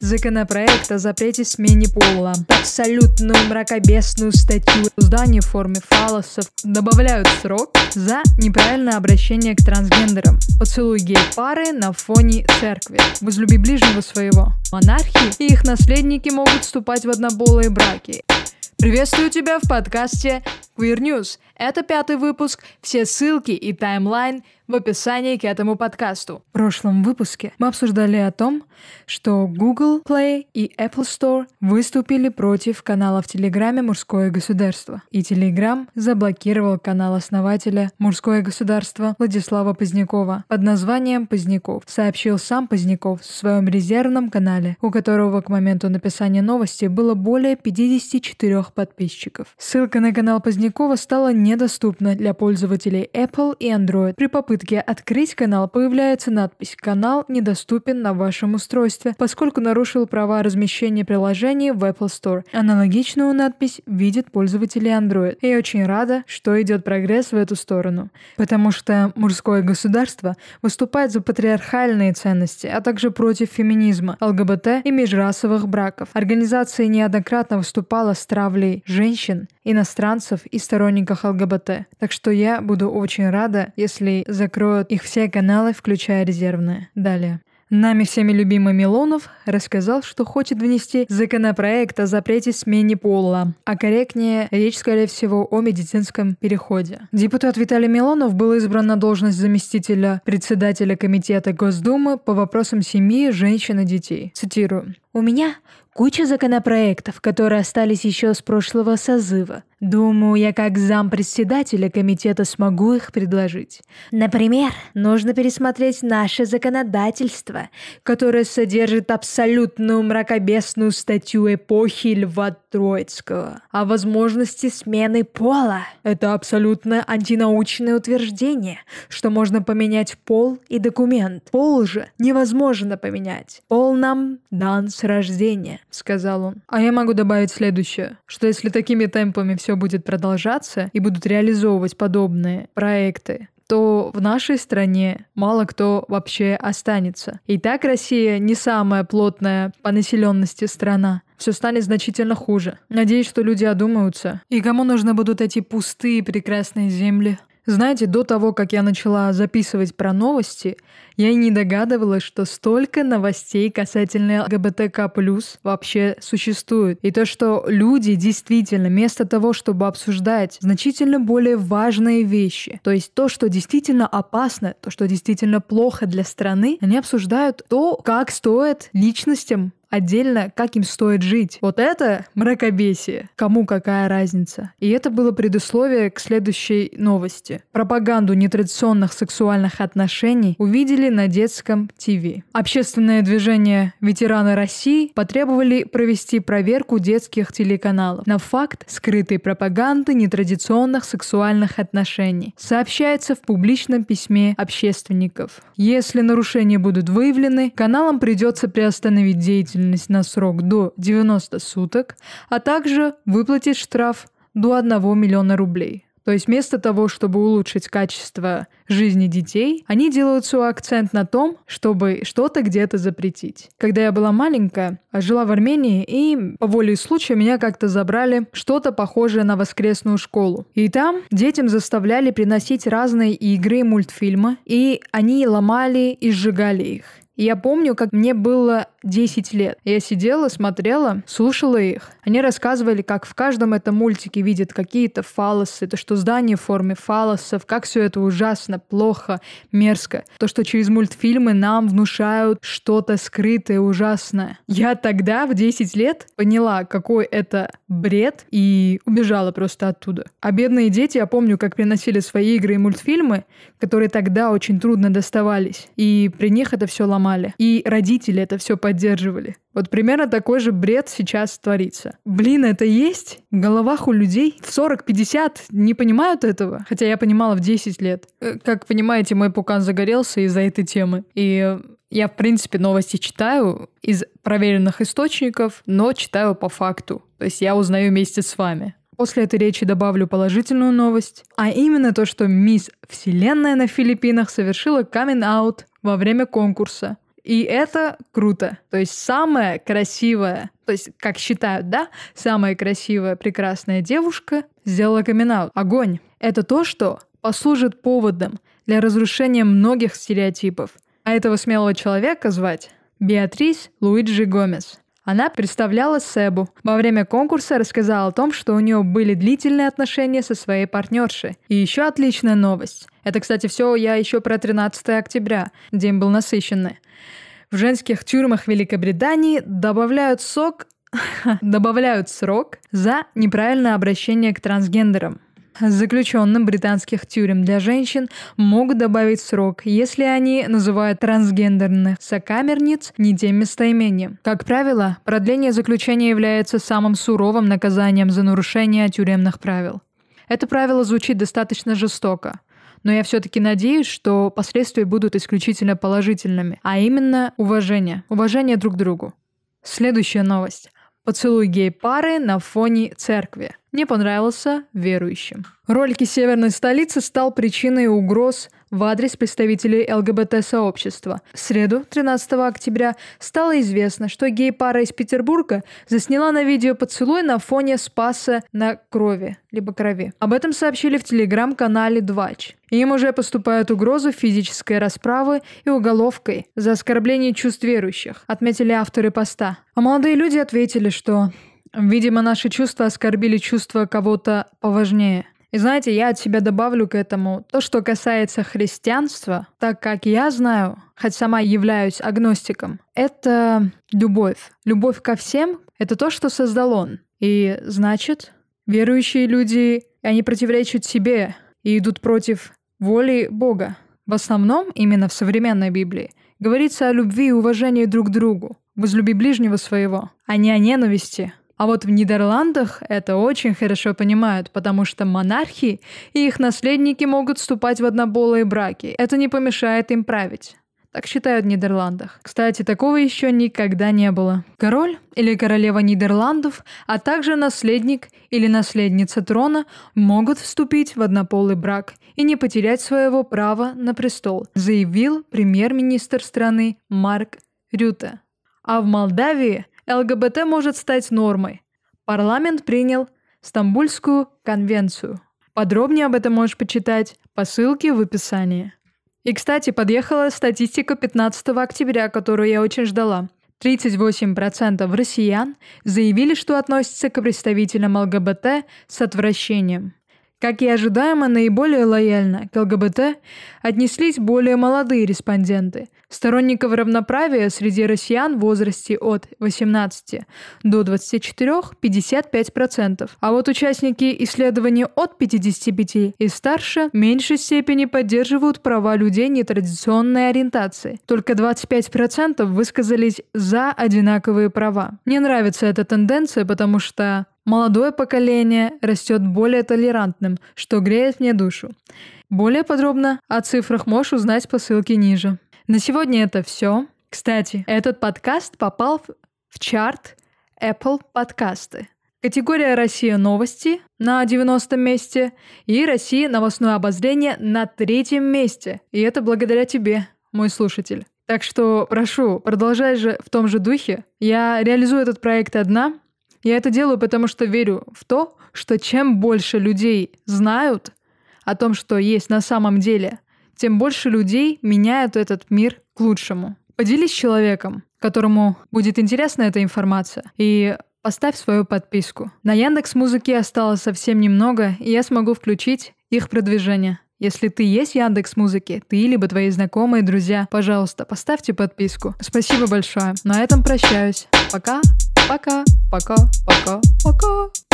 Законопроект о запрете смене пола. Абсолютную мракобесную статью создания в форме фаллосов добавляют срок за неправильное обращение к трансгендерам. Поцелуй гей-пары на фоне церкви. Возлюби ближнего своего. Монархи и их наследники могут вступать в однополые браки. Приветствую тебя в подкасте Queer News. Это 5-й выпуск. Все ссылки и таймлайн в описании к этому подкасту. В прошлом выпуске мы обсуждали о том, что Google Play и Apple Store выступили против канала в Телеграме «Мужское государство». И Телеграм заблокировал канал основателя «Мужское государство» Владислава Позднякова под названием «Поздняков», сообщил сам Поздняков в своем резервном канале, у которого к моменту написания новости было более 54 подписчиков. Ссылка на канал Позднякова стала недоступна для пользователей Apple и Android. При попытке открыть канал появляется надпись «Канал недоступен на вашем устройстве, поскольку нарушил права размещения приложений в Apple Store». Аналогичную надпись видят пользователи Android. И я очень рада, что идет прогресс в эту сторону, потому что «Мужское государство» выступает за патриархальные ценности, а также против феминизма, ЛГБТ и межрасовых браков. Организация неоднократно выступала с травлей женщин, иностранцев и сторонников ЛГБТ. Так что я буду очень рада, если закроют их все каналы, включая резервные. Далее. Нами всеми любимый Милонов рассказал, что хочет внести законопроект о запрете смене пола, а корректнее речь, скорее всего, о медицинском переходе. Депутат Виталий Милонов был избран на должность заместителя председателя комитета Госдумы по вопросам семьи, женщин и детей. Цитирую. «У меня куча законопроектов, которые остались еще с прошлого созыва. Думаю, я как зампредседателя комитета смогу их предложить. Например, нужно пересмотреть наше законодательство, которое содержит абсолютную мракобесную статью эпохи Льва Троицкого о возможности смены пола. Это абсолютно антинаучное утверждение, что можно поменять пол и документ. Пол же невозможно поменять. Пол нам дан с рождения», — сказал он. А я могу добавить следующее, что если такими темпами все будет продолжаться и будут реализовывать подобные проекты, то в нашей стране мало кто вообще останется. И так Россия не самая плотная по населенности страна. Все станет значительно хуже. Надеюсь, что люди одумаются. И кому нужны будут эти пустые прекрасные земли? Знаете, до того, как я начала записывать про новости, я и не догадывалась, что столько новостей касательно ЛГБТК+ вообще существует. И то, что люди действительно вместо того, чтобы обсуждать значительно более важные вещи, то есть то, что действительно опасно, то, что действительно плохо для страны, они обсуждают то, как стоит личностям отдельно, как им стоит жить. Вот это мракобесие. Кому какая разница? И это было предусловие к следующей новости. Пропаганду нетрадиционных сексуальных отношений увидели на детском ТВ. Общественное движение «Ветераны России» потребовали провести проверку детских телеканалов на факт скрытой пропаганды нетрадиционных сексуальных отношений. Сообщается в публичном письме общественников. Если нарушения будут выявлены, каналам придется приостановить деятельность на срок до 90 суток, а также выплатить штраф до 1 миллиона рублей. То есть вместо того, чтобы улучшить качество жизни детей, они делают свой акцент на том, чтобы что-то где-то запретить. Когда я была маленькая, жила в Армении, и по воле случая меня как-то забрали что-то похожее на воскресную школу. И там детям заставляли приносить разные игры и мультфильмы, и они ломали и сжигали их. И я помню, как мне было 10 лет. Я сидела, смотрела, слушала их. Они рассказывали, как в каждом этом мультике видят какие-то фаллосы, то, что здание в форме фаллосов, как все это ужасно, плохо, мерзко. То, что через мультфильмы нам внушают что-то скрытое, ужасное. Я тогда, в 10 лет, поняла, какой это бред, и убежала просто оттуда. А бедные дети, я помню, как приносили свои игры и мультфильмы, которые тогда очень трудно доставались. И при них это все ломали. И родители это все поддерживали. Вот примерно такой же бред сейчас творится. Блин, это есть? В головах у людей в 40-50 не понимают этого. Хотя я понимала в 10 лет. Как понимаете, мой пукан загорелся из-за этой темы. И я, в принципе, новости читаю из проверенных источников, но читаю по факту. То есть я узнаю вместе с вами. После этой речи добавлю положительную новость, а именно то, что мисс Вселенная на Филиппинах совершила каминг-аут во время конкурса. И это круто. То есть самая красивая, то есть, как считают, да, самая красивая, прекрасная девушка сделала камин-аут. Огонь. Это то, что послужит поводом для разрушения многих стереотипов. А этого смелого человека звать Беатрис Луиджи Гомес. Она представляла Себу. Во время конкурса рассказала о том, что у нее были длительные отношения со своей партнершей. И еще отличная новость. Это, кстати, все я еще про 13 октября. День был насыщенный. В женских тюрьмах Великобритании добавляют срок за неправильное обращение к трансгендерам. Заключенным британских тюрем для женщин могут добавить срок, если они называют трансгендерных сокамерниц не тем местоимением. Как правило, продление заключения является самым суровым наказанием за нарушение тюремных правил. Это правило звучит достаточно жестоко, но я все-таки надеюсь, что последствия будут исключительно положительными, а именно уважение друг к другу. Следующая новость. Поцелуй гей-пары на фоне церкви. Не понравился верующим. Ролик из северной столицы стал причиной угроз в адрес представителей ЛГБТ-сообщества. В среду, 13 октября, стало известно, что гей-пара из Петербурга засняла на видео поцелуй на фоне Спаса на крови, либо крови. Об этом сообщили в телеграм-канале Двач. Им уже поступают угрозы физической расправы и уголовкой за оскорбление чувств верующих, отметили авторы поста. А молодые люди ответили, что, видимо, наши чувства оскорбили чувства кого-то поважнее. И знаете, я от себя добавлю к этому то, что касается христианства, так как я знаю, хоть сама являюсь агностиком, это любовь. Любовь ко всем — это то, что создал Он. И значит, верующие люди, они противоречат себе и идут против воли Бога. В основном, именно в современной Библии, говорится о любви и уважении друг к другу. Возлюби ближнего своего, а не о ненависти. А вот в Нидерландах это очень хорошо понимают, потому что монархи и их наследники могут вступать в однополые браки. Это не помешает им править. Так считают в Нидерландах. Кстати, такого еще никогда не было. Король или королева Нидерландов, а также наследник или наследница трона могут вступить в однополый брак и не потерять своего права на престол, заявил премьер-министр страны Марк Рютте. А в Молдавии ЛГБТ может стать нормой. Парламент принял Стамбульскую конвенцию. Подробнее об этом можешь почитать по ссылке в описании. И, кстати, подъехала статистика 15 октября, которую я очень ждала. 38% россиян заявили, что относятся к представителям ЛГБТ с отвращением. Как и ожидаемо, наиболее лояльно к ЛГБТ отнеслись более молодые респонденты. Сторонников равноправия среди россиян в возрасте от 18 до 24 – 55%. А вот участники исследований от 55 и старше в меньшей степени поддерживают права людей нетрадиционной ориентации. Только 25% высказались за одинаковые права. Мне нравится эта тенденция, потому что молодое поколение растет более толерантным, что греет мне душу. Более подробно о цифрах можешь узнать по ссылке ниже. На сегодня это все. Кстати, этот подкаст попал в чарт Apple подкасты. Категория «Россия. Новости» на 90-м месте и «Россия. Новостное обозрение» на 3-м месте. И это благодаря тебе, мой слушатель. Так что прошу, продолжай же в том же духе. Я реализую этот проект одна. Я это делаю, потому что верю в то, что чем больше людей знают о том, что есть на самом деле, тем больше людей меняют этот мир к лучшему. Поделись с человеком, которому будет интересна эта информация, и поставь свою подписку. На Яндекс.Музыке осталось совсем немного, и я смогу включить их продвижение. Если ты есть в Яндекс.Музыке, ты либо твои знакомые, друзья, пожалуйста, поставьте подписку. Спасибо большое. На этом прощаюсь. Пока. Пока. Пока. Пока. Пока.